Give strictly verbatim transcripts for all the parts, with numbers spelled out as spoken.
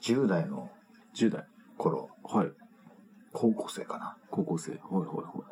じゅう代のじゅう代頃、 はい、 高校生かな。 高校生、はいはいはい。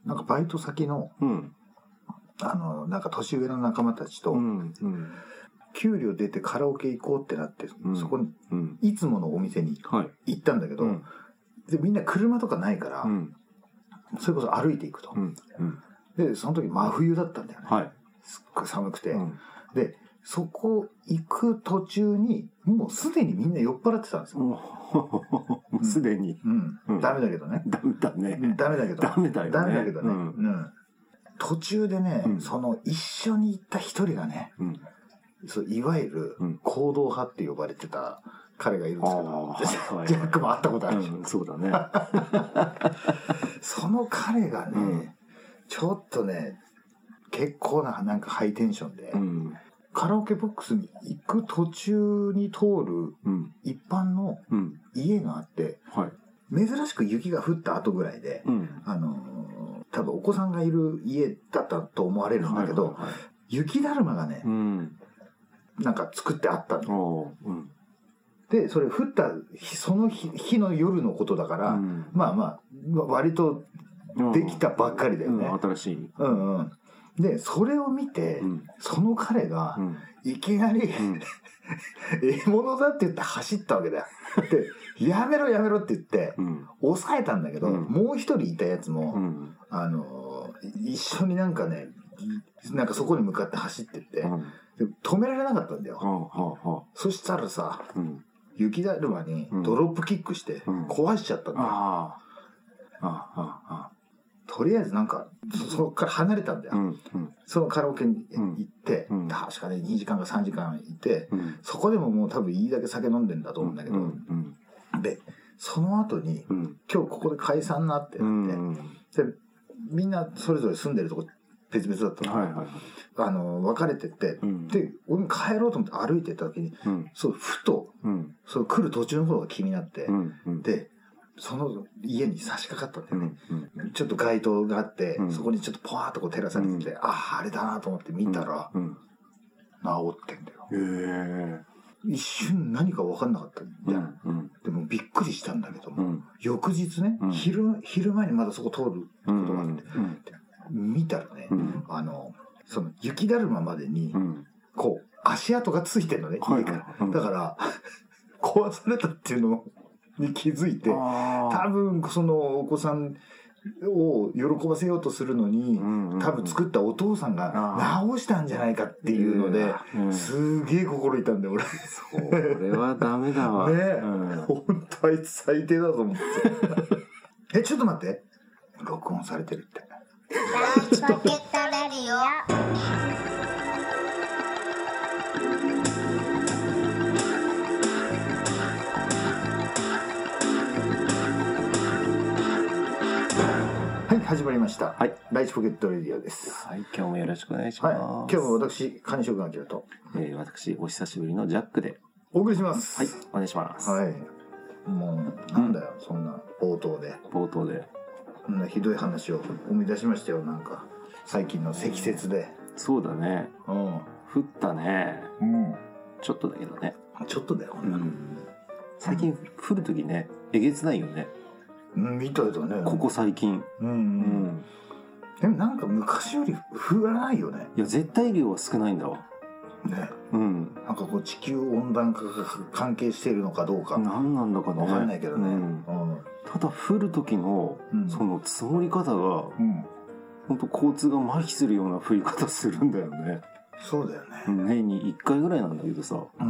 なんかバイト先の、うん、あのなんか年上の仲間たちと、うんうん、給料出てカラオケ行こうってなって、うん、そこに、うん、いつものお店に行ったんだけど、はい、うん、でみんな車とかないから、うん、それこそ歩いていくと、うんうん、でその時真冬だったんだよね、はい、すっごい寒くて、うん、でそこ行く途中にもうすでにみんな酔っ払ってたんですよ。 もうすでに、 うんうん、ダメだけどね。 ダメだね。 ダメだけど。 ダメだよね。 ダメだけどね。うんうん、途中でね、うん、その一緒に行った一人がね、うん、そういわゆる行動派って呼ばれてた彼がいるんですけど、うん、ジャックも会ったことあるでしょ、 うん、そうだね。 その彼がね、うん、ちょっとね結構ななんかハイテンションで、うん、カラオケボックスに行く途中に通る一般の家があって、うんはい、珍しく雪が降った後ぐらいで、うん、あの多分お子さんがいる家だったと思われるんだけど、はいはいはい、雪だるまがね、うん、なんか作ってあったの、うん、でそれ降ったその 日, 日の夜のことだから、うん、まあまあ割とできたばっかりだよね、 うん、新しい、 うんうん、でそれを見て、うん、その彼が、うん、いきなり、うん、獲物だって言って走ったわけだよ。でやめろやめろって言って、うん、抑えたんだけど、うん、もう一人いたやつも、うん、あの一緒になんかねなんかそこに向かって走ってって、うん、で止められなかったんだよ、うん、そしたらさ、うん、雪だるまにドロップキックして壊しちゃったんだよ、うん、ああああとりあえずなんか そ, そこから離れたんだよ、うんうん、そのカラオケに行って、うん、確かににじかんかさんじかんいて、うん、そこでももう多分いいだけ酒飲んでんだと思うんだけど、うんうん、でその後に、うん、今日ここで解散なってなって、うんうん、でみんなそれぞれ住んでるとこ別々だったの、はいはいはい、あの別れてって、うん、で俺も帰ろうと思って歩いてった時に、うん、そうふと、うん、そう来る途中の方が気になって、うんうん、でその家に差し掛かったんだよね、うんうん、ちょっと街灯があって、うん、そこにちょっとポワーっとこう照らされてて、うん、あああれだなと思って見たら、うんうん、治ってんだよ。へ一瞬何か分かんなかったんじゃん、うんうん、でもびっくりしたんだけども、うん、翌日ね、うん、昼, 昼前にまだそこ通ることがあって、うんうん、見たらね、うん、あのその雪だるままでに、うん、こう足跡がついてるのね、家から、うん、だから壊されたっていうのに気づいて、多分そのお子さんを喜ばせようとするのに、うんうんうん、多分作ったお父さんが直したんじゃないかっていうので、うん、すげえ心痛んで俺それはダメだわねえ、うん、本当あいつ最低だと思ってえちょっと待って録音されてるってちょっとはい、始まりました。はい、ライチポケットレディオです。 はい、今日もよろしくお願いします。はい、 今日も私、金城明と、 えー、私、お久しぶりのジャックでお送りします。 はい、お願いします。 はい、もうなんだよ、うん、そんな冒頭で。 冒頭で。 そんなひどい話を思い出しましたよ、なんか最近の積雪で。 そうだね。うん。降ったね。うん。ちょっとだけどね。 ちょっとだよ、こんなの。うん、 最近降るときね、えげつないよね。 みたいだね。 ここ最近。うん、うん、 でもなんか昔より降らないよね。 いや絶対量は少ないんだわ。 ね。うん。なんかこう地球温暖化が関係しているのかどうか。 何なんだかね。 わかんないけどね。うんうん、ただ降る時の、うん、その積もり方が、うん、本当交通が麻痺するような降り方するんだよね。 そうだよね。 年にいっかいぐらいなんだけどさ。うん、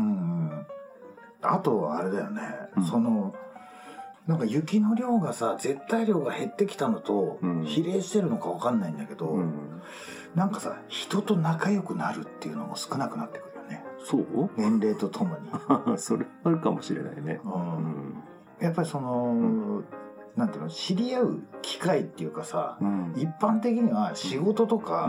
うん。あとはあれだよね。うん、その。なんか雪の量がさ絶対量が減ってきたのと比例してるのか分かんないんだけど、うん、なんかさ人と仲良くなるっていうのも少なくなってくるよね。 そう年齢とともにそれあるかもしれないね、うんうん、 やっぱりその、うん、なんていうの知り合う機会っていうかさ、うん、一般的には仕事とか、うん、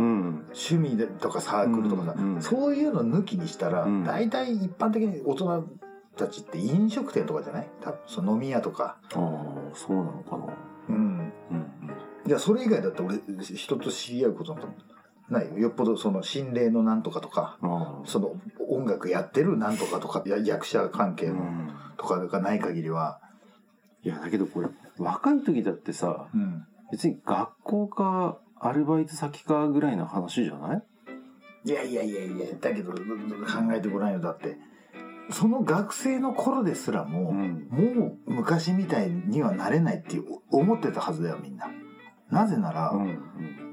趣味とかサークルとかさ、うんうん、そういうの抜きにしたら、うん、大体一般的に大人たちって飲食店とかじゃない？多分その飲み屋とか。 ああ、そうなのかな。うん。 うん。じゃあそれ以外だって俺人と知り合うことなんてないよ。よっぽどその心霊のなんとかとか、その音楽やってるなんとかとか、役者関係のととかがない限りは。 いやだけどこれ若い時だってさ、うん、別に学校かアルバイト先かぐらいの話じゃない？ いやいやいやいや、だけど考えてごらんよ。だってその学生の頃ですらも、うん、もう昔みたいにはなれないって思ってたはずだよみんな。なぜなら、うんうん、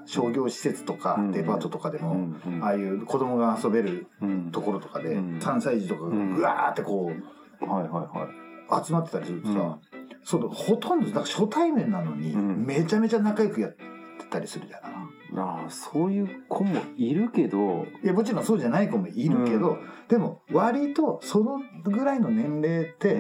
商業施設とかデパートとかでも、うんうん、ああいう子供が遊べるところとかで、うん、さんさい児とかがうわーってこう、はいはいはい、集まってたりするとさ、うん、そのほとんどなんか初対面なのに、うん、めちゃめちゃ仲良くやってたりするじゃん。 ああ、そういう子もいるけど、 いやもちろんそうじゃない子もいるけど、うん、でも割とそのぐらいの年齢って、うん、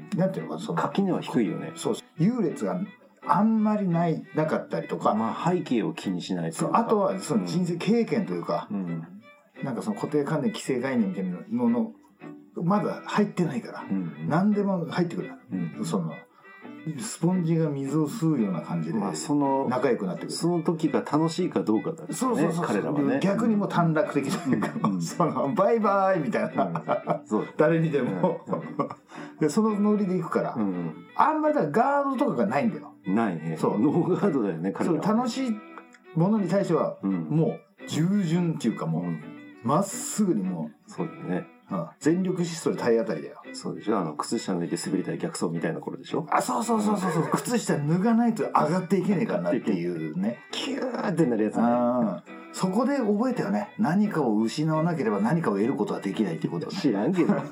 なんていうのかその垣根は低いよね。 そう優劣があんまりないなかったりとか、 まあ背景を気にしないというか、 あとはその人生経験というか、うん、なんかその固定観念既成概念みたいなののまだ入ってないから、うん、何でも入ってくる、うん、そのスポンジが水を吸うような感じで仲良くなってくる、まあ、 その時が楽しいかどうかだね。 そうそうそう、 彼らはね。 逆にもう短絡的というか、うん、そのバイバイみたいな、うん、そう誰にでも、うん、でそのノリで行くから、うん、あんまりだガードとかがないんだよ。 ないね。そうノーガードだよね彼らは。 そう楽しいものに対しては、うん、もう従順っていうかもうま、うん、っすぐにもうそうだね。 うん、全力疾走で体当たりだよ。 そうでしょ。あの靴下脱いで滑りたい逆走みたいな頃でしょ。 あ、そうそうそうそうそう。靴下脱がないと上がっていけねえかなっていうね。 キューってなるやつね。 あそこで覚えたよね。何かを失わなければ何かを得ることはできないっていうことをね。 知らんけど。うん、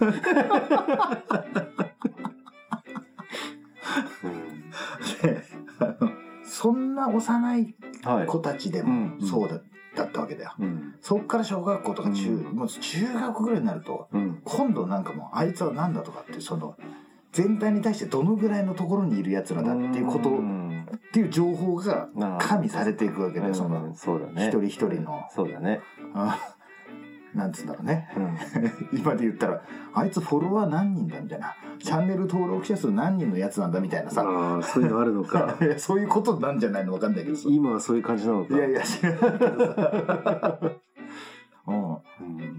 であのそんな幼い子たちでもそうだ。はい、うんうんだったわけだよ、うん、そっから小学校とか中、うん、もう中学ぐらいになると、うん、今度なんかもうあいつはなんだとかってその全体に対してどのぐらいのところにいるやつらだっていうことっていう情報が加味されていくわけで、その一人一人のそうだね、 なんつうんだろうね、うん、今で言ったらあいつフォロワー何人だみたいな、チャンネル登録者数何人のやつなんだみたいなさ、 あそういうのあるのかそういうことなんじゃないの分かんないけどさ、 今はそういう感じなのか。 いやいや知らないけどさ、うんうん、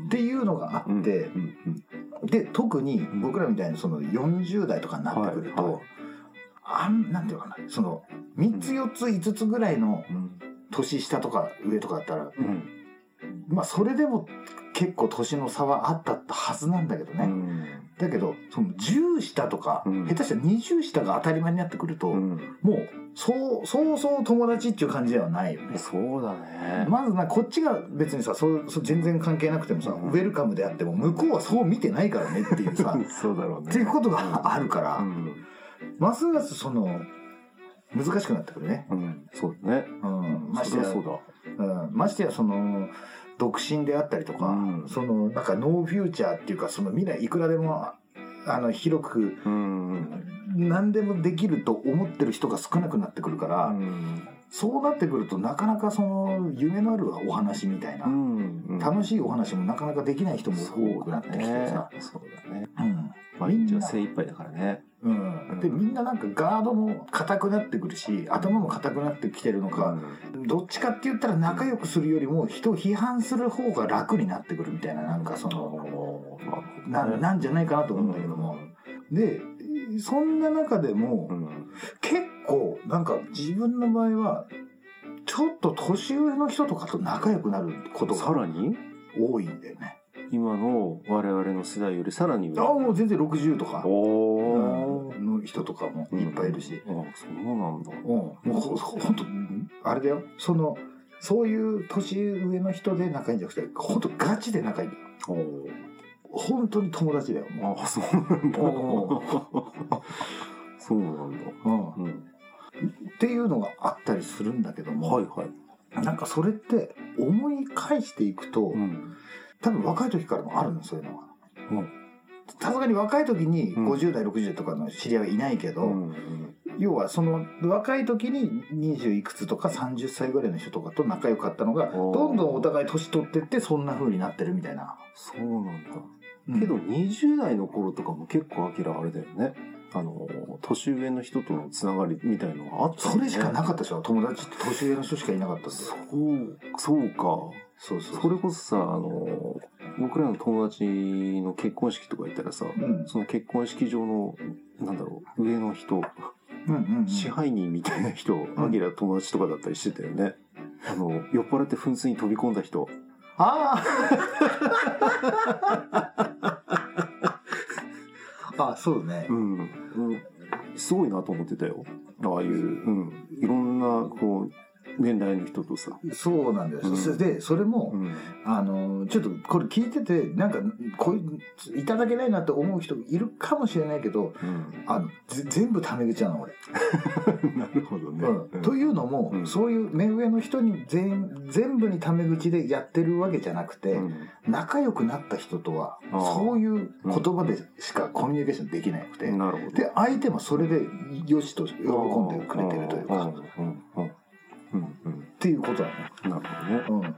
っていうのがあって、うんうん、で特に僕らみたいにそのよんじゅう代とかになってくると、はいはい、あんなんていうのかな、そのみっつよっついつつぐらいの年下とか上とかだったら、うん、まあそれでも結構年の差はあったはずなんだけどね、うん、だけどそのじゅう下とか、うん、下手したらにじゅう下が当たり前になってくると、うん、もうそうそうそう友達っていう感じではないよね。 そうだね。 まずなこっちが別にさそうそう全然関係なくてもさ、うん、ウェルカムであっても向こうはそう見てないからねっていうさそうだろうねっていうことがあるから、うん、ますますその難しくなってくるね、 うん、そうだね、うん、 ましてやそうだ、 うん、ましてやその独身であったりとか、うん、そのなんかノーフューチャーっていうかその未来いくらでもあの広く、うん、何でもできると思ってる人が少なくなってくるから、うん、そうなってくるとなかなかその夢のあるお話みたいな、うんうん、楽しいお話もなかなかできない人も多くなってきてさ、 そうだね、うん、毎日は精一杯だからね、 うん、でみんななんかガードも硬くなってくるし頭も硬くなってきてるのか、うん、どっちかって言ったら仲良くするよりも人を批判する方が楽になってくるみたいな、なんかその、うん、な, なんじゃないかなと思うんだけども、うん、でそんな中でも、うん、結構なんか自分の場合はちょっと年上の人とかと仲良くなることがさらに多いんだよね。 今の我々の世代よりさらに上。 ああもう全然ろくじゅうとかお、うん、の人とかもいっぱいいるし、 うん、あそうなんだ、うん、 もうほほんとあれだよ、そのそういう年上の人で仲いいんじゃなくてほんとガチで仲いいんだよ。お本当に友達だよ。 ああそうなんだそうなんだ、うんうん、 っていうのがあったりするんだけども、 はいはい、 なんかそれって思い返していくと、うん、多分若い時からもあるのそういうのは。さすがに若い時にごじゅう代、うん、ろくじゅう代とかの知り合いはいないけど、うんうん、要はその若い時ににじゅういくつとかさんじゅっさいぐらいの人とかと仲良かったのがどんどんお互い年取ってってそんな風になってるみたいな。 そうなんだ、うん、けどにじゅう代の頃とかも結構明らかあれだよね、あの年上の人とのつながりみたいのがあった、ね、 それしかなかったでしょ。友達って年上の人しかいなかったんだよ。 そうそうか。 そうそうそう。 それこそさ、あの僕らの友達の結婚式とか行ったらさ、 うん、 その結婚式場のなんだろう上の人、 うんうんうん、 支配人みたいな人、アキラ友達とかだったりしてたよね。あの酔っ払って噴水に飛び込んだ人。 あああ、そうね、 うん、うん、すごいなと思ってたよ。ああいう、うん、いろんなこう年代の人とさ。 そうなんです、うん、でそれも、うん、あのちょっとこれ聞いててなんかこういただけないなって思う人いるかもしれないけど、うん、あの全部タメ口なの俺。 なるほどね、 うん、というのも、うん、そういう目上の人に 全, 全部にタメ口でやってるわけじゃなくて、うん、仲良くなった人とはそういう言葉でしかコミュニケーションできなくて、うん、で相手もそれでよしと喜んでくれてるというか。うんうん、っていうことだね。 なるほどね。うん、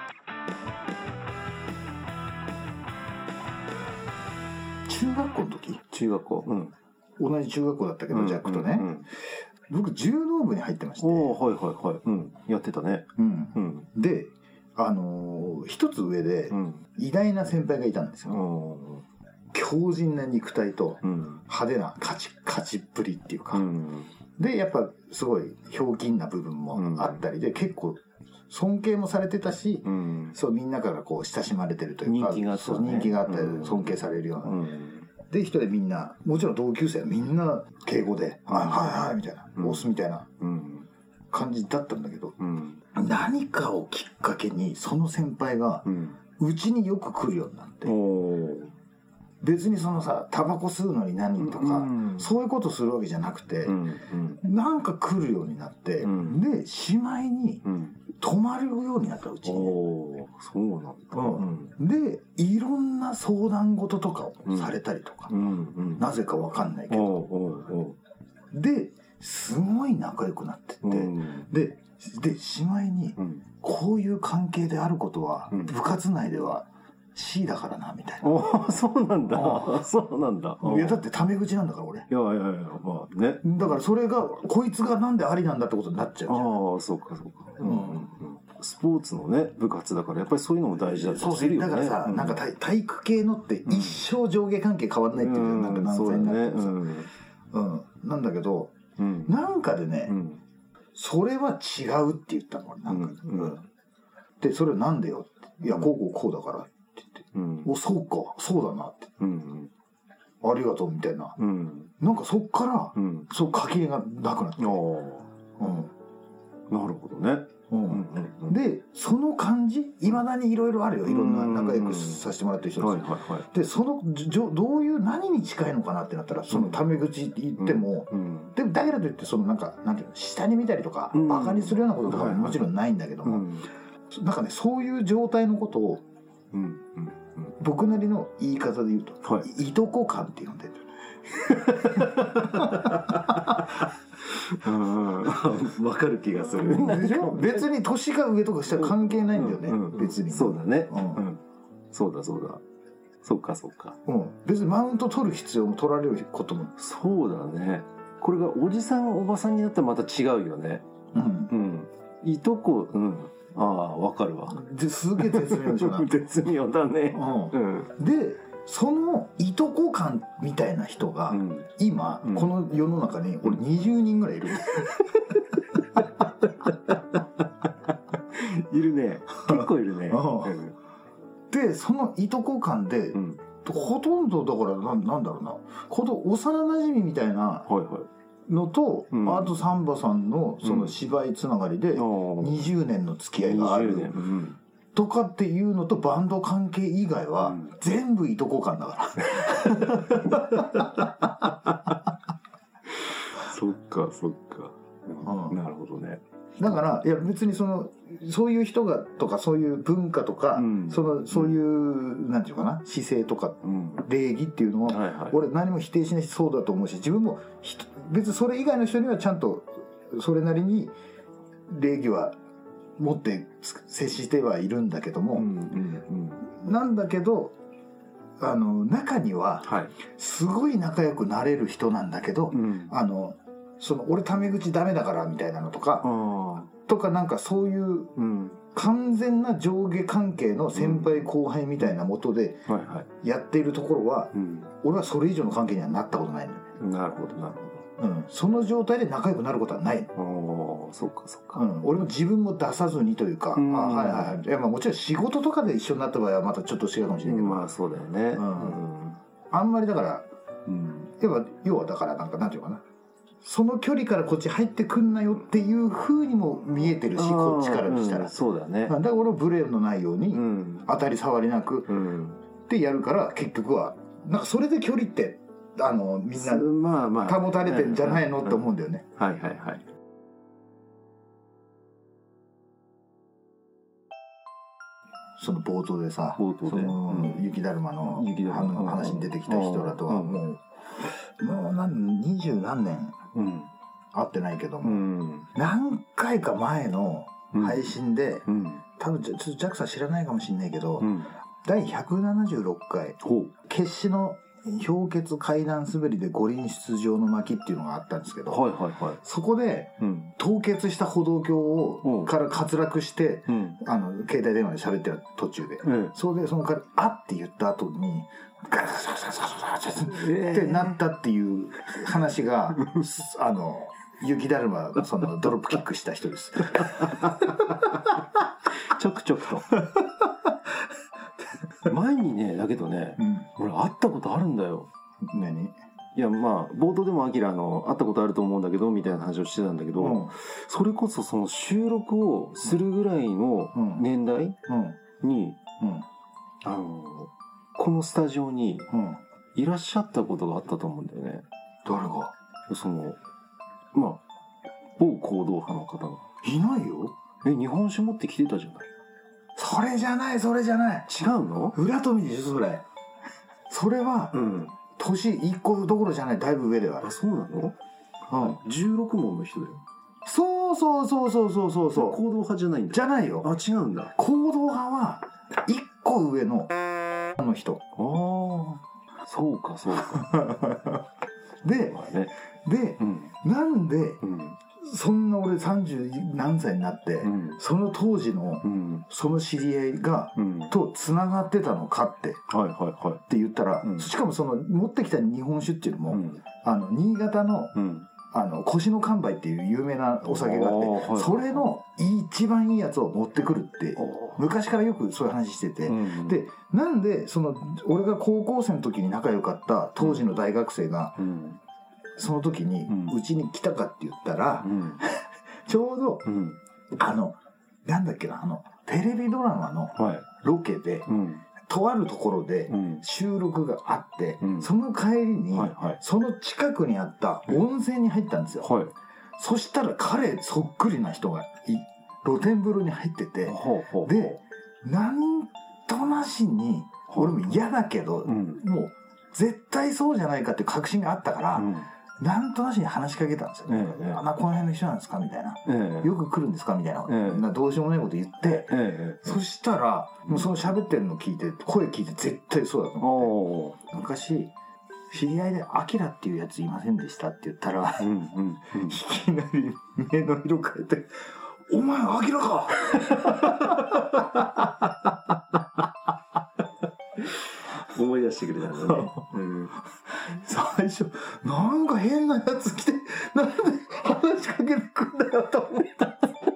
中学校の時？ 中学校。うん。 同じ中学校だったけど、うん、ジャックとね、うんうん。僕柔道部に入ってまして。 おー、はいはいはい。うん。やってたね。 うんうん、で、あのー、一つ上で偉大な先輩がいたんですよ。うん、強靭な肉体と派手な勝ち勝ちっぷりっていうか。うん、でやっぱすごいひょうきんな部分もあったりで、うん、結構尊敬もされてたし、うん、そうみんなからこう親しまれてるというか、 人気があった、ね、 人気があったり尊敬されるような、うん、で一人でみんなもちろん同級生はみんな敬語で「はいはいはい」みたいな、うん、ボスみたいな感じだったんだけど、うん、何かをきっかけにその先輩がうちによく来るようになって。うん別にそのさタバコ吸うのに何とか、うん、そういうことするわけじゃなくて、うんうん、なんか来るようになって、うん、でしまいに泊まるようになったうちに、 おそうなんだ、 うん、でいろんな相談事とかをされたりとか、うんうん、なぜかわかんないけど、おうおうおうですごい仲良くなってって、うん、ででしまいに、うん、こういう関係であることは、うん、部活内ではC だからなみたいな。 あそうなんだ。そうなんだ。 いやだってタメ口なんだから俺。いやいやいやまあね。 だからそれがこいつがなんでありなんだってことになっちゃうじゃん。 ああそうかそうか。うんうん、スポーツのね部活だからやっぱりそういうのも大事だったりするよね。 そうだからさ、うん、なんか体体育系のって一生上下関係変わらないっていう、うん、なんか何歳になってもさ、うんうん、なんだけど、うん、なんかでね、うん、それは違うって言ったのなんか、うんうん、でそれはなんでよっていやこうこうこうだから。うん、おそうかそうだなって、うんうん、ありがとうみたいな、うん、なんかそっから、うん、そう垣根がなくなって、うん、 なるほどね、うんうんうん、でその感じいまだにいろいろあるよいろんな仲良くさせてもらってる人です、はいはいはい、でそのじょどういう何に近いのかなってなったらそのタメ口言っても、うんうん、でだけだといってそのなんかなんていうの下に見たりとか、うん、バカにするようなこととかももちろんないんだけども、うん、なんかねそういう状態のことをうんうんうん、僕なりの言い方で言うと、はい、いとこ感って呼んでるわかる気がする別に年が上とか下関係ないんだよね、うんうん、別にそうだね、うんうん、そうだそうだそうかそうか、 うん、別にマウント取る必要も取られることもそうだねこれがおじさんおばさんになったらまた違うよねうん、うん、いとこうんああわかるわすげえ絶妙でしょ絶妙だね、 うんうん、でそのいとこ感みたいな人が、うん、今、うん、この世の中に俺にじゅうにんぐらいいるいるね結構いるね、 うん、でそのいとこ感で、うん、ほとんどだから な, なんだろうなこの幼なじみみたいな、はいはいのと、うん、あとサンバさんのその芝居つながりでにじゅうねんの付き合いがある、うん、とかっていうのとバンド関係以外は全部いとこ感だからそっかそっか、うん、なるほどねだからいや別にそのそういう人がとかそういう文化とか、うん、そのそういう、うん、なんていうかな姿勢とか、うん、礼儀っていうのは、はいはい、俺何も否定しないしそうだと思うし自分も別にそれ以外の人にはちゃんとそれなりに礼儀は持って接してはいるんだけども、うんうんうん、なんだけどあの中にはすごい仲良くなれる人なんだけど、はい、あのその俺タメ口ダメだからみたいなのとかとかなんかそういう完全な上下関係の先輩後輩みたいなもとでやっているところは、俺はそれ以上の関係にはなったことないのよね。 なるほどなるほど。 うん、その状態で仲良くなることはないの。 おー、そうかそうか、 うん、俺も自分も出さずにというか、 うん、 あ、はいはいはい。いや、まあもちろん仕事とかで一緒になった場合はまたちょっと違うかもしれないけど、 まあそうだよね、 うんうん、 あんまりだから、 うん、 やっぱ要はだからなんかなんていうかな、その距離からこっち入ってくんなよっていう風にも見えてるし、こっちからしたら、うん、 そうだね。 だから俺はブレのないように、うん、当たり障りなく、うん、ってやるから、結局はなんかそれで距離ってあのみんな保たれてんじゃないのって思うんだよね。 はいはいはい。 その冒頭でさ、 冒頭でその、うん、雪だるまの話に出てきた人らとはもう、もう何二十何年会ってないけども、うん、何回か前の配信で、うん、多分ちょっとジャックさん知らないかもしれないけど、うん、だいひゃくななじゅうろっかい決死の氷結階段滑りで五輪出場の巻っていうのがあったんですけど、 はいはいはい、 そこで、うん、凍結した歩道橋をから滑落して、うん、あの携帯電話で喋ってる途中で、うん、それでそのから「あ」って言った後にガラガラガラガラってなったっていう話があの雪だるまそのドロップキックした人です。 ちょくちょくと。前にね、だけどね、うん、俺会ったことあるんだよ。 何？ いや、まあ冒頭でもアキラの会ったことあると思うんだけどみたいな話をしてたんだけど、うん、それこそその収録をするぐらいの年代に、うんうん、あのこのスタジオにいらっしゃったことがあったと思うんだよね。 誰が？ そのまあ某行動派の方が。 いないよ。 え、日本酒持ってきてたじゃない。 それじゃないそれじゃない。 違うの？ 浦富でしょそれ。それは、うん、年いっこどころじゃない、だいぶ上ではある。 あ、そうなの？ うん。 じゅうろく問の人だよ。 そうそうそうそうそうそうそう。 行動派じゃないんだ。 じゃないよ。 あ、違うんだ。 行動派はいっこ上のの人。 ああ、そうかそうか。 で、 まあね、 で、うん、なんで、うんそんな俺さんじゅう何歳になって、うん、その当時の、うん、その知り合いが、うん、とつながってたのかって、はいはいはい、って言ったら、うん、しかもその持ってきた日本酒っていうのも、うん、あの新潟の、うん、あの越の乾杯っていう有名なお酒があって、はい、それの一番いいやつを持ってくるって昔からよくそういう話してて、うん、でなんでその俺が高校生の時に仲良かった当時の大学生が、うんその時にうちに来たかって言ったら、うん、ちょうど、うん、あのなんだっけなあのテレビドラマのロケで、はいうん、とあるところで収録があって、うん、その帰りに、はいはい、その近くにあった温泉に入ったんですよ、はい、そしたら彼そっくりな人が露天風呂に入ってて、うん、でなんとなしに俺も嫌だけど、うん、もう絶対そうじゃないかっていう確信があったから、うんなんとなしに話しかけたんですよ、ねええ、あ、まあ、この辺の人なんですかみたいな、ええ、よく来るんですかみたいな、ええ、などうしようもないこと言って、ええ、そしたらもうその喋ってるの聞いて声聞いて絶対そうだと思って昔知り合いでアキラっていうやついませんでしたって言ったら、うんうんうん、いきなり目の色変えてお前アキラか思い出してくれたんだね、うん、 最初なんか変なやつ来てなんで話しかけてくんだよと思った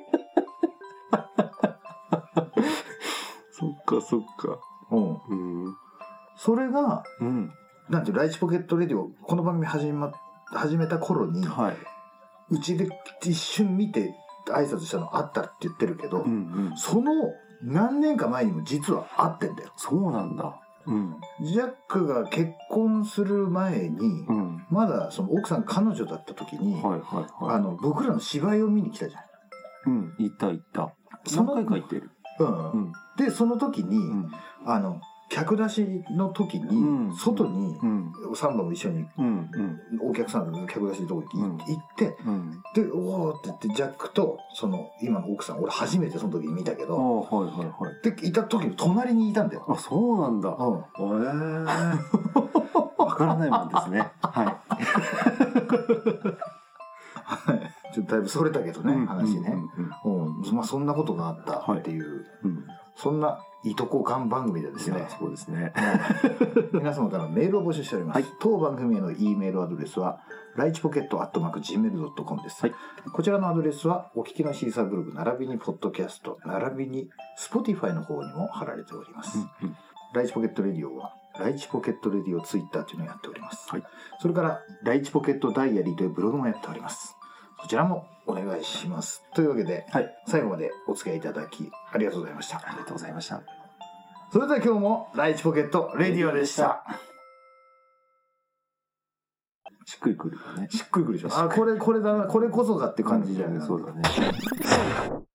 そっかそっか、 うんうん、それが、うん、なんていうライチポケットレディオこの番組始め、始めた頃に、はい、うちで一瞬見て挨拶したのあったって言ってるけど、うんうん、その何年か前にも実は会ってんだよ。 そうなんだ。うん、 ジャックが結婚する前に、うん、まだその奥さん彼女だった時に、はいはいはい、あの僕らの芝居を見に来たじゃん。 うん、行った行った。何回か行ってる。 うんうん、でその時に、うん、あの客出しの時に、うん、外に、うん、サンバも一緒に、うんうん、お客さんの客出しのとこに行って、うん、でおーって言ってジャックとその今の奥さん俺初めてその時に見たけど、はいはいはい、でいた時の隣にいたんだよ。 あ、そうなんだ。うん、えー、わからないもんですね。はい。 ちょっとだいぶそれたけどね、 うん、 話ね、 うんうん、まあそんなことがあったっていう、はい、うん、そんないとこ感番組でですね、 そうですね、 皆様からメールを募集しております、はい、当番組への E メールアドレスはライチポケットアットマーク ジーメールドットコム です、はい、こちらのアドレスはお聞きのシーサーブログ並びにポッドキャスト並びに Spotify の方にも貼られております、うんうん、ライチポケットレディオはライチポケットレディオツイッターというのをやっております、はい、それからライチポケットダイアリーというブログもやっております。そちらもお願いします。というわけで、はい、最後までお付き合いいただきありがとうございました。 ありがとうございました。 それでは今日もライチポケットレディオでした。 しっくりくるよね。 しっくりくるでしょ。あ、これこれだな、これこそがって感じじゃない、うん、 そうだね。